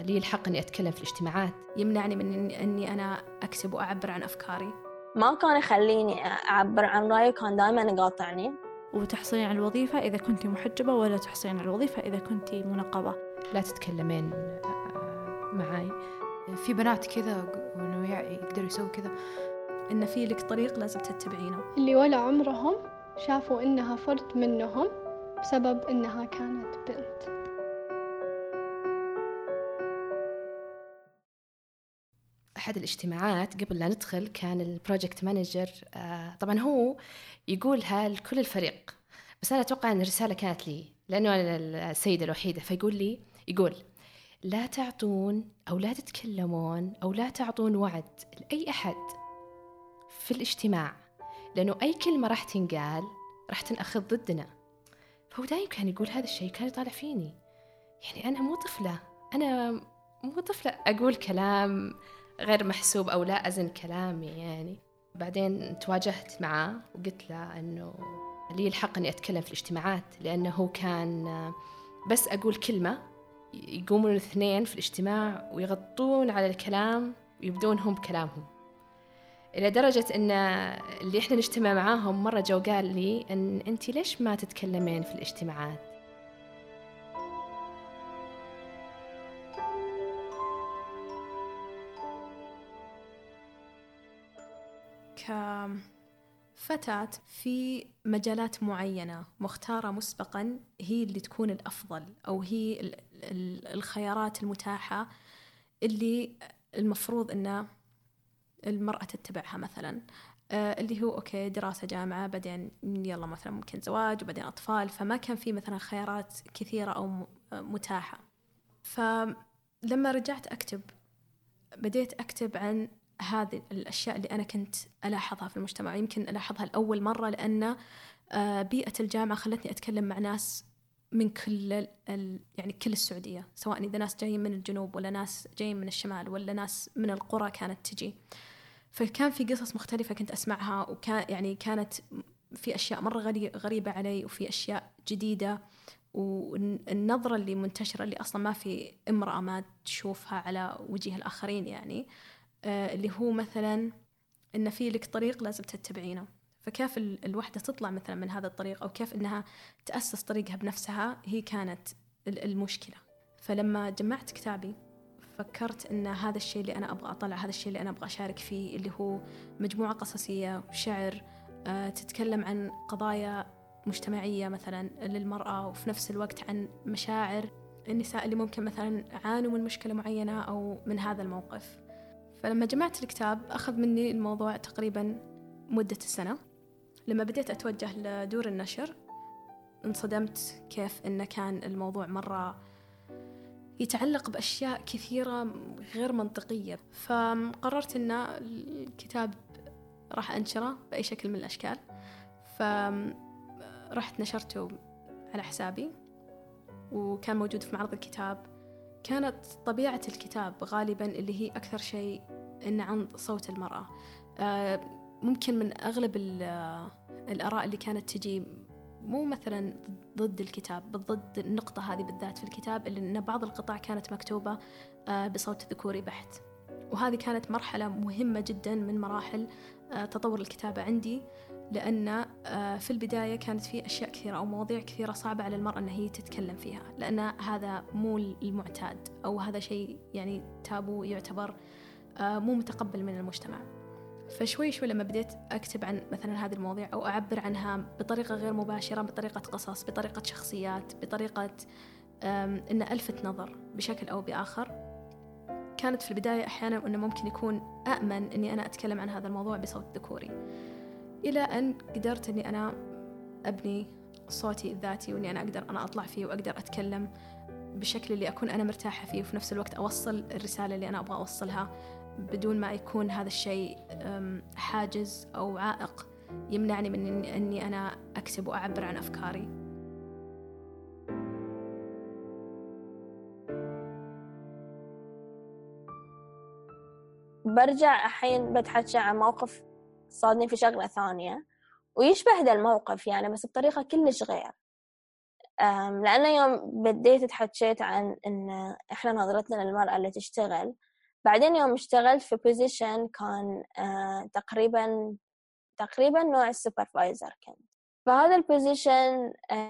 لي الحق أني أتكلم في الاجتماعات، يمنعني من أني أنا أكتب وأعبر عن أفكاري، ما كان يخليني أعبر عن رأيي، كان دائما يقاطعني. وتحصلين على الوظيفة إذا كنت محجبة ولا تحصلين على الوظيفة إذا كنت منقبة. لا تتكلمين معاي. في بنات كذا وإنه يقدروا يسووا كذا، إن في لك طريق لازم تتبعينه. اللي ولا عمرهم شافوا إنها فرد منهم بسبب إنها كانت بنت. أحد الاجتماعات قبل لا ندخل كان البروجكت مانجر، طبعا هو يقولها لكل الفريق، بس أنا أتوقع أن الرسالة كانت لي لأنه أنا السيدة الوحيدة. فيقول يقول لا تعطون أو لا تتكلمون أو لا تعطون وعد لأي أحد في الاجتماع، لأنه أي كلمة راح تنقال راح تنأخذ ضدنا. فهو دايم كان يقول هذا الشيء، كان يطالع فيني. يعني أنا مو طفلة أقول كلام غير محسوب أو لا أزن كلامي يعني. بعدين تواجهت معه وقلت له أنه لي الحق أني أتكلم في الاجتماعات، لأنه هو كان بس أقول كلمة يقومون الاثنين في الاجتماع ويغطون على الكلام ويبدون هم بكلامهم، إلى درجة أن اللي إحنا نجتمع معاهم مرة جو قال لي أن أنتي ليش ما تتكلمين في الاجتماعات؟ كفتاة في مجالات معينة مختارة مسبقاً هي اللي تكون الأفضل، أو هي الخيارات المتاحة اللي المفروض أن المرأة تتبعها. مثلاً اللي هو أوكي دراسة جامعة، بعدين يلا مثلاً ممكن زواج وبعدين أطفال، فما كان في مثلاً خيارات كثيرة أو متاحة. فلما رجعت أكتب بديت أكتب عن هذه الأشياء اللي أنا كنت ألاحظها في المجتمع. يمكن ألاحظها لأول مرة لأن بيئة الجامعة خلتني أتكلم مع ناس من كل يعني كل السعودية، سواء إذا ناس جايين من الجنوب ولا ناس جايين من الشمال ولا ناس من القرى كانت تجي. فكان في قصص مختلفة كنت أسمعها، كانت في أشياء مرة غريبة علي، وفي أشياء جديدة، والنظرة اللي منتشرة اللي أصلا ما في امرأة ما تشوفها على وجه الآخرين يعني، اللي هو مثلا إن في لك طريق لازم تتبعينه. فكيف الوحدة تطلع مثلا من هذا الطريق، أو كيف إنها تأسس طريقها بنفسها، هي كانت المشكلة. فلما جمعت كتابي فكرت إن هذا الشيء اللي أنا أبغى أطلع، هذا الشيء اللي أنا أبغى أشارك فيه، اللي هو مجموعة قصصية وشعر تتكلم عن قضايا مجتمعية مثلا للمرأة، وفي نفس الوقت عن مشاعر النساء اللي ممكن مثلا عانوا من مشكلة معينة أو من هذا الموقف. فلما جمعت الكتاب أخذ مني الموضوع تقريبا مدة السنة. لما بديت أتوجه لدور النشر انصدمت كيف إن كان الموضوع مرة يتعلق بأشياء كثيرة غير منطقية. فقررت إن الكتاب راح أنشره بأي شكل من الأشكال. فرحت نشرته على حسابي، وكان موجود في معرض الكتاب. كانت طبيعة الكتاب غالباً اللي هي أكثر شيء إن عن صوت المرأة. ممكن من أغلب الآراء اللي كانت تجي مو مثلاً ضد الكتاب، ضد النقطة هذه بالذات في الكتاب، اللي إن بعض القطع كانت مكتوبة بصوت ذكوري بحت. وهذه كانت مرحلة مهمة جداً من مراحل تطور الكتابة عندي، لأن في البداية كانت في أشياء كثيرة أو مواضيع كثيرة صعبة على المرأة أن هي تتكلم فيها، لأن هذا مو المعتاد، أو هذا شيء يعني تابو، يعتبر مو متقبل من المجتمع. فشوي شوي لما بديت أكتب عن مثلا هذه المواضيع أو أعبر عنها بطريقة غير مباشرة، بطريقة قصص، بطريقة شخصيات، بطريقة إن ألفت نظر بشكل أو بآخر، كانت في البداية أحيانا أنه ممكن يكون أأمن أني أنا أتكلم عن هذا الموضوع بصوت ذكوري، إلى أن قدرت أني أنا أبني صوتي الذاتي، وأني أنا أقدر أنا أطلع فيه وأقدر أتكلم بشكل اللي أكون أنا مرتاحة فيه، وفي نفس الوقت أوصل الرسالة اللي أنا أبغى أوصلها بدون ما يكون هذا الشيء حاجز أو عائق يمنعني من أني أنا أكتب وأعبر عن أفكاري. برجع الحين بتحكي عن موقف صادني في شغلة ثانية ويشبه ذا الموقف يعني، بس بطريقة كلش غير. لأنه يوم بديت اتحكيت عن إن إحنا نظرتنا للمرأة اللي تشتغل، بعدين يوم اشتغلت في بوزيشن كان تقريبا نوع السوبرفايزر كنت. فهذا البوزيشن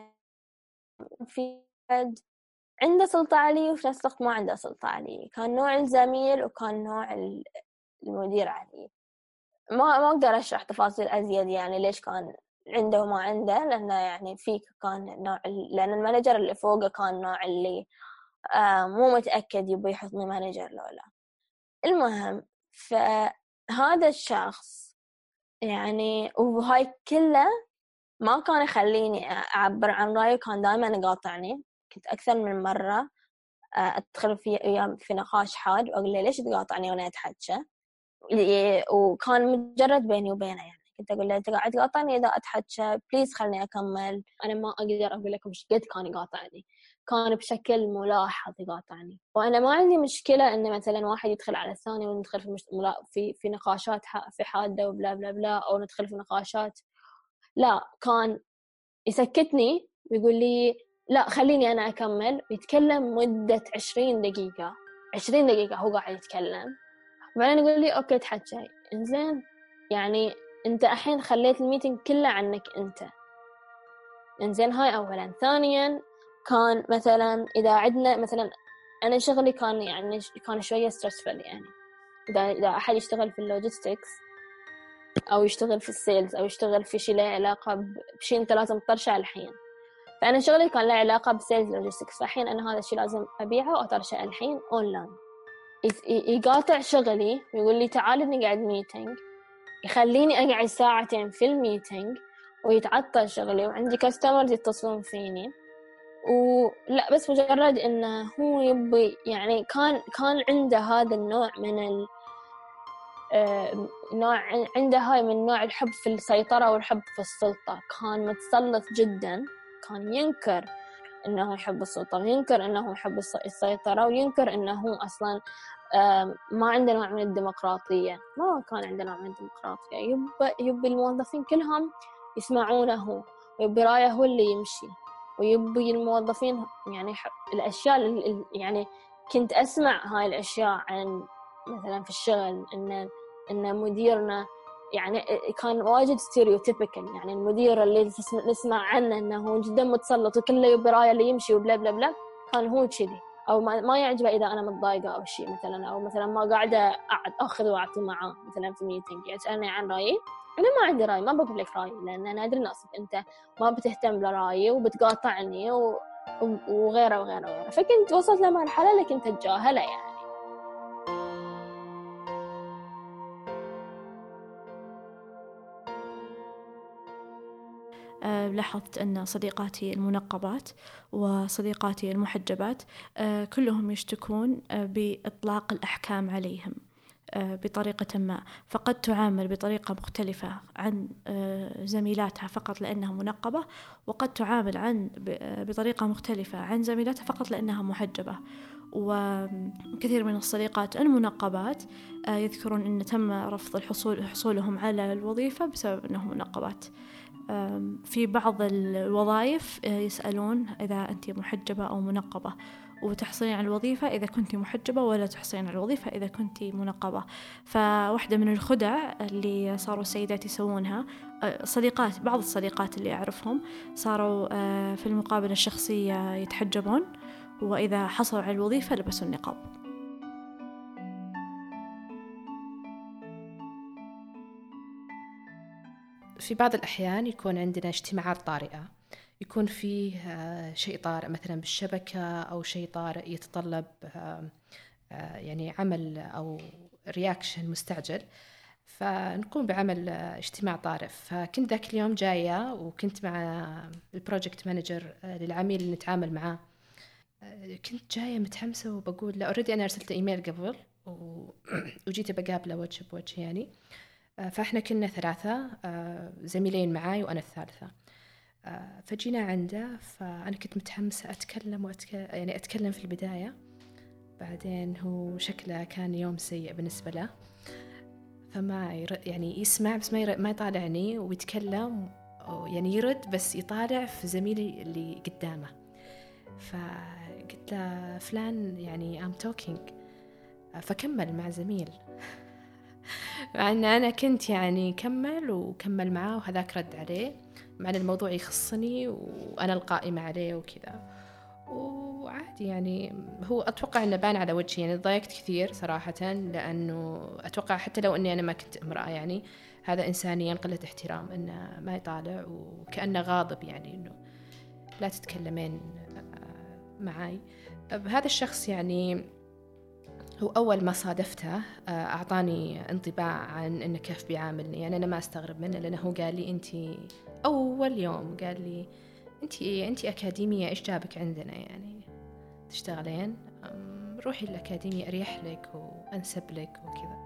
في حد عنده سلطة عليه وفي نفس الوقت ما عنده سلطة عليه، كان نوع الزميل وكان نوع المدير عليه. ما أقدر أشرح تفاصيل أزيد يعني ليش كان عنده وما عنده، لأنه يعني فيك كان نوع لأن المانجر اللي فوقه كان نوع اللي مو متأكد يبي يحطني مانجر لولا. المهم فهذا الشخص يعني وهاي كله ما كان يخليني أعبر عن رأيي، كان دائما يقاطعني. كنت أكثر من مرة أدخل في نقاش حاد وأقول له ليش تقاطعني وأنا أتحكى، وكان مجرد بيني وبينه يعني. كنت أقول له أنت قاعد تقاطعني إذا أتحكى بليز خلني أكمل. أنا ما أقدر أقول لكم إيش قد كان يقاطعني، كان بشكل ملاحظ يقاطعني. وأنا ما عندي مشكلة إن مثلا واحد يدخل على الثاني وندخل في نقاشات في حادة وبلا بلا بلا، أو ندخل في نقاشات، لا كان يسكتني ويقول لي لا خليني أنا أكمل، ويتكلم مدة 20 دقيقة 20 دقيقة هو قاعد يتكلم. بعدين يقول لي أوكي تحكي. إنزين يعني أنت الحين خليت الميتنج كله عنك أنت. إنزين هاي أولا. ثانيا كان مثلا إذا عندنا مثلا أنا شغلي كان شوية ستريسفل يعني. إذا أحد يشتغل في اللوجيستكس أو يشتغل في السيلز أو يشتغل في شيء له علاقة بشيء أنت لازم تطرشه الحين، فأنا شغلي كان له علاقة بسيلز لوجيستكس، فالحين أنا هذا الشيء لازم أبيعه وأطرشه الحين أونلاين. يقاطع شغلي ويقول لي تعالي نقعد ميتينج، يخليني أقعد ساعتين في الميتينج ويتعطل شغلي، وعندي كاستمرز يتصلون فيني ولا بس مجرد إنه هو يبي يعني كان عنده هذا النوع من نوع عنده هاي من نوع الحب في السيطرة والحب في السلطة. كان متسلط جدا، كان ينكر إنه يحب السلطة وينكر إنه يحب السيطرة وينكر إنه أصلاً ما عندنا نوع من الديمقراطية. ما كان عندنا نوع من الديمقراطية. يبي الموظفين كلهم يسمعونه، ويبي رأيه هو اللي يمشي، ويبي الموظفين يعني الأشياء يعني كنت أسمع هاي الأشياء عن مثلا في الشغل إن مديرنا يعني كان واجد ستيريوتيبيكال، يعني المدير اللي نسمع عنه إنه جدا متسلط وكله يبي رأيه اللي يمشي وبلا بلا بلا، كان هو كذي. أو ما يعجبه إذا أنا متضايقة أو شيء مثلا، أو مثلا ما قاعدة أخذ وأعطي معاه مثلا في ميتينج يسألني عن رأيي، أنا ما عندي رأي، ما بقول لك رأيي، لأن أنا أدري ناقصك أنت ما بتهتم لرأيي وبتقاطعني وغيره وغيره وغيره. فكنت وصلت لمرحلة اللي كنت أتجاهله يعني. لاحظت أن صديقاتي المنقبات وصديقاتي المحجبات كلهم يشتكون بإطلاق الأحكام عليهم بطريقة ما، فقد تعامل بطريقة مختلفة عن زميلاتها فقط لأنها منقبة، وقد تعامل بطريقة مختلفة عن زميلاتها فقط لأنها محجبة. وكثير من الصديقات المنقبات يذكرون أن تم رفض حصولهم على الوظيفة بسبب أنهم منقبات. في بعض الوظائف يسألون إذا أنت محجبة أو منقبة، وتحصلين على الوظيفة إذا كنت محجبة، ولا تحصلين على الوظيفة إذا كنت منقبة. فواحدة من الخدع اللي صاروا السيدات يسوونها، بعض الصديقات اللي أعرفهم صاروا في المقابلة الشخصية يتحجبون، وإذا حصلوا على الوظيفة لبسوا النقاب. في بعض الأحيان يكون عندنا اجتماعات طارئة، يكون فيه شيء طارئ مثلا بالشبكة أو شيء طارئ يتطلب يعني عمل أو رياكشن مستعجل، فنقوم بعمل اجتماع طارئ. فكنت ذاك اليوم جاية وكنت مع البروجكت مانجر للعميل اللي نتعامل معاه. كنت جاية متحمسة وبقول لا أوريدي أنا أرسلت إيميل قبل وجيت بقابله وجه بوجه يعني. فإحنا كنا 3 زميلين معاي وأنا الثالثة. فجينا عنده، فأنا كنت متحمسة يعني أتكلم في البداية. بعدين هو شكله كان يوم سيء بالنسبة له، فما يعني يسمع بس ما يطالعني ويتكلم يعني يرد بس يطالع في زميلي اللي قدامه. فقلت له فلان يعني I'm talking، فكمل مع زميل مع أن أنا كنت يعني كمل معاه، وهذاك رد عليه مع أن الموضوع يخصني وأنا القائمة عليه وكذا، وعادي يعني. هو أتوقع أنه بان على وجهي، يعني ضايقت كثير صراحة، لأنه أتوقع حتى لو أني أنا ما كنت امرأة، يعني هذا إنسانيا قلة احترام أنه ما يطالع وكأنه غاضب، يعني أنه لا تتكلمين معاي. هذا الشخص يعني هو أول ما صادفته أعطاني انطباع عن إنه كيف بيعاملني، يعني أنا ما أستغرب منه، لأنه هو قال لي أنتي أول يوم قال لي أنتي أكاديمية، إيش جابك عندنا يعني تشتغلين؟ روحي الأكاديمية أريح لك وأنسب لك وكذا.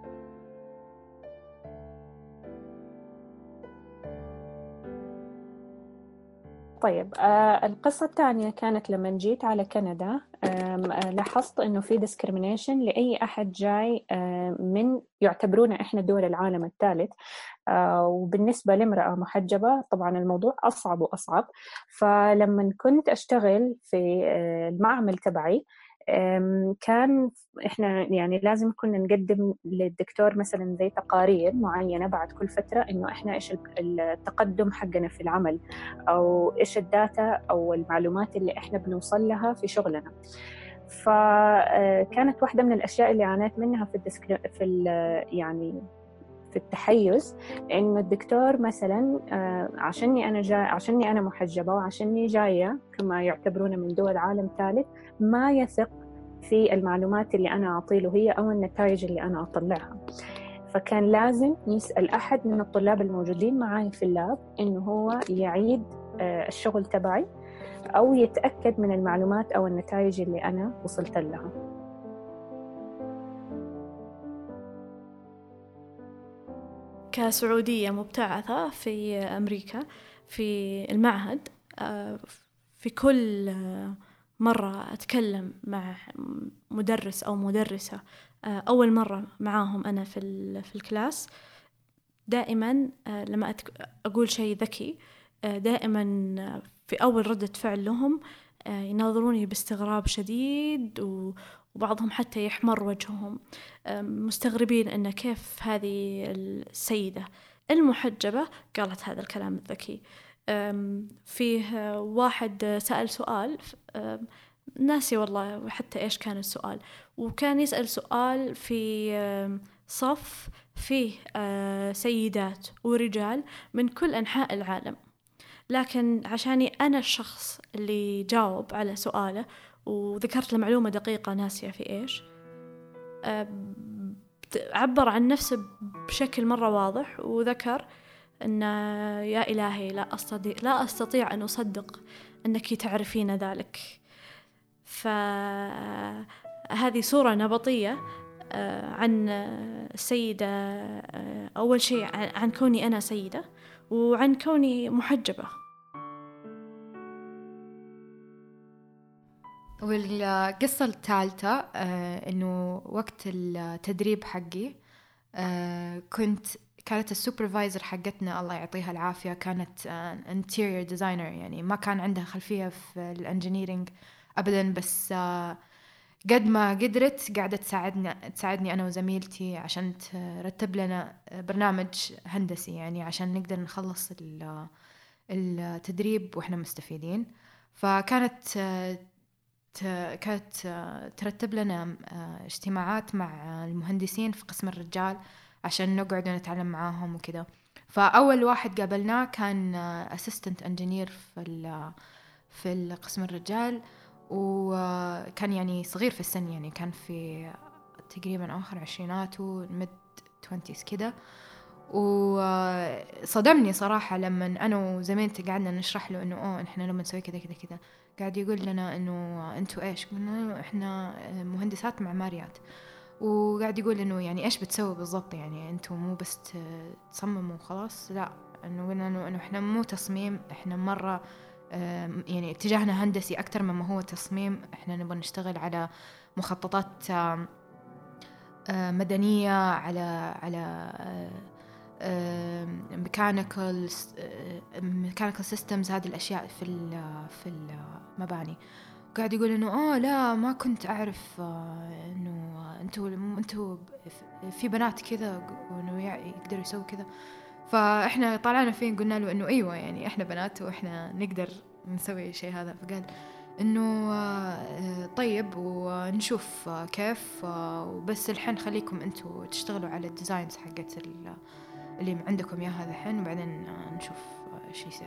طيب القصة الثانية كانت لما جيت على كندا. لاحظت إنه في discrimination لأي أحد جاي من يعتبرونا إحنا دول العالم الثالث، وبالنسبة لامرأة محجبة طبعا الموضوع أصعب وأصعب. فلما كنت أشتغل في المعمل تبعي، كان إحنا يعني لازم كنا نقدم للدكتور مثلا زي تقارير معينة بعد كل فترة، إنه إحنا إيش التقدم حقنا في العمل، أو إيش الداتا أو المعلومات اللي إحنا بنوصل لها في شغلنا. فكانت واحدة من الأشياء اللي عانيت منها يعني في التحيز، إنه الدكتور مثلا عشاني أنا محجبة وعشاني جاية كما يعتبرون من دول عالم ثالث، ما يثق في المعلومات اللي أنا أعطيله هي أو النتائج اللي أنا أطلعها. فكان لازم يسأل أحد من الطلاب الموجودين معي في اللاب إنه هو يعيد الشغل تبعي أو يتأكد من المعلومات أو النتائج اللي أنا وصلت لها. كسعودية مبتعثة في أمريكا في المعهد، في كل مرة أتكلم مع مدرس أو مدرسة أول مرة معاهم أنا في الكلاس، دائما لما أقول شيء ذكي دائما في أول ردة فعل لهم يناظروني باستغراب شديد، وبعضهم حتى يحمر وجههم مستغربين أن كيف هذه السيدة المحجبة قالت هذا الكلام الذكي. فيه واحد سأل سؤال ناسي والله حتى إيش كان السؤال، وكان يسأل سؤال في صف فيه سيدات ورجال من كل أنحاء العالم، لكن عشاني أنا الشخص اللي جاوب على سؤاله وذكرت له معلومة دقيقة ناسية في إيش، عبر عن نفسه بشكل مرة واضح وذكر أن يا إلهي لا أستطيع أن أصدق أنك تعرفين ذلك. فهذه صورة نمطية عن السيدة، أول شيء عن كوني أنا سيدة وعن كوني محجبة. والقصة الثالثة إنه وقت التدريب حقي كانت السوبرفايزر حقتنا الله يعطيها العافية كانت interior designer، يعني ما كان عندها خلفية في الانجينيرينج أبدا، بس قد ما قدرت قاعدة تساعدني أنا وزميلتي عشان ترتب لنا برنامج هندسي، يعني عشان نقدر نخلص التدريب وإحنا مستفيدين. فكانت ترتب لنا اجتماعات مع المهندسين في قسم الرجال عشان نقعد ونتعلم معاهم وكذا. فأول واحد قابلناه كان assistant engineer في القسم الرجال، وكان يعني صغير في السن، يعني كان في تقريبا آخر عشريناته mid 20s كده. وصدمني صراحة لما أنا وزميلتي قعدنا نشرح له إنه إحنا لما نسوي كذا كذا كذا، قاعد يقول لنا إنه أنتوا إيش؟ قلنا إحنا مهندسات معماريات، وقاعد يقول إنه يعني إيش بتسوي بالضبط، يعني أنتوا مو بس تصمموا وخلاص، لا، إنه قلنا إنه إحنا مو تصميم، إحنا مرة يعني اتجاهنا هندسي أكتر مما هو تصميم. إحنا نبغى نشتغل على مخططات مدنية، على ميكانيكال سيستمز، هذه الأشياء في المباني. قاعد يقول إنه لا ما كنت أعرف إنه أنتوا في بنات كذا وإنه يقدروا يسووا كذا. فإحنا طلعنا فين قلنا له إنه أيوة يعني إحنا بنات وإحنا نقدر نسوي شيء هذا. فقال إنه طيب ونشوف كيف، وبس الحين خليكم أنتوا تشتغلوا على الديزاينز حقت اللي عندكم يا هذا الحين، وبعدين نشوف إيش يصير.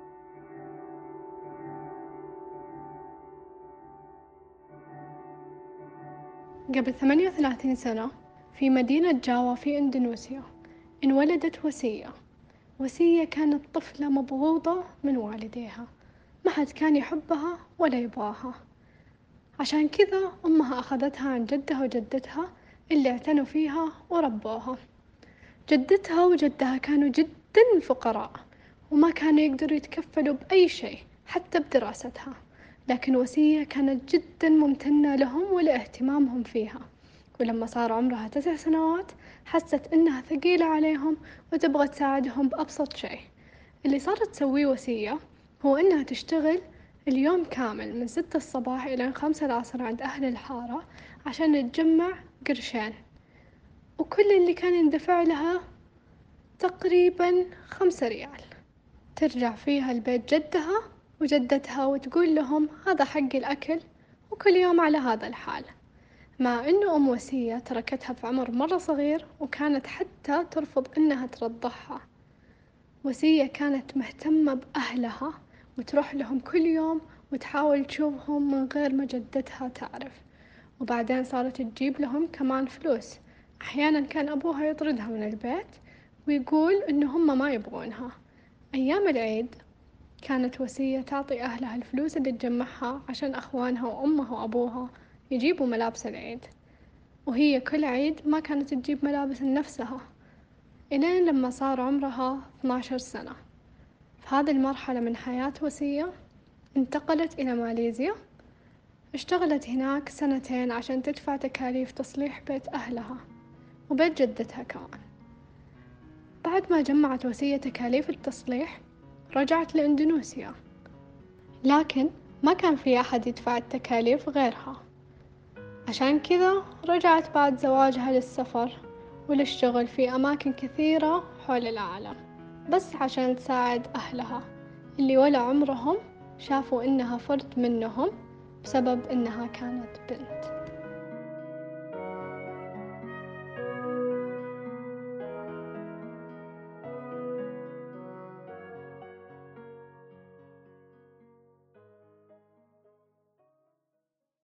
قبل 38 سنة في مدينة جاوا في إندونيسيا انولدت وسية. وسية كانت طفلة مبغوضة من والديها، ما حد كان يحبها ولا يبغاها. عشان كذا أمها أخذتها عن جدها وجدتها اللي اعتنوا فيها وربوها. جدتها وجدها كانوا جدا فقراء وما كانوا يقدروا يتكفلوا بأي شيء حتى بدراستها، لكن وسية كانت جدا ممتنة لهم ولاهتمامهم فيها. ولما صار عمرها 9 سنوات حست إنها ثقيلة عليهم وتبغى تساعدهم بأبسط شيء. اللي صارت تسويه وسية هو إنها تشتغل اليوم كامل من 6 الصباح إلى 5 العصر عند أهل الحارة عشان تجمع قرشين، وكل اللي كان يندفع لها تقريبا 5 ريال. ترجع فيها البيت جدها وجدتها وتقول لهم هذا حق الأكل، وكل يوم على هذا الحال. مع إنه أم وسية تركتها في عمر مرة صغير وكانت حتى ترفض إنها ترضعها. وسية كانت مهتمة بأهلها وتروح لهم كل يوم وتحاول تشوفهم من غير ما جدتها تعرف. وبعدين صارت تجيب لهم كمان فلوس. أحيانا كان أبوها يطردها من البيت ويقول إنه هم ما يبغونها. أيام العيد كانت وسية تعطي أهلها الفلوس اللي تجمعها عشان أخوانها وأمها وأبوها يجيبوا ملابس العيد، وهي كل عيد ما كانت تجيب ملابس لنفسها إلين لما صار عمرها 12 سنة. في هذه المرحلة من حياة وسية انتقلت إلى ماليزيا، اشتغلت هناك 2 سنين عشان تدفع تكاليف تصليح بيت أهلها وبيت جدتها كمان. بعد ما جمعت وسية تكاليف التصليح رجعت لإندونيسيا، لكن ما كان في أحد يدفع التكاليف غيرها. عشان كذا رجعت بعد زواجها للسفر وللشغل في أماكن كثيرة حول العالم، بس عشان تساعد أهلها اللي ولا عمرهم شافوا إنها فرد منهم بسبب إنها كانت بنت.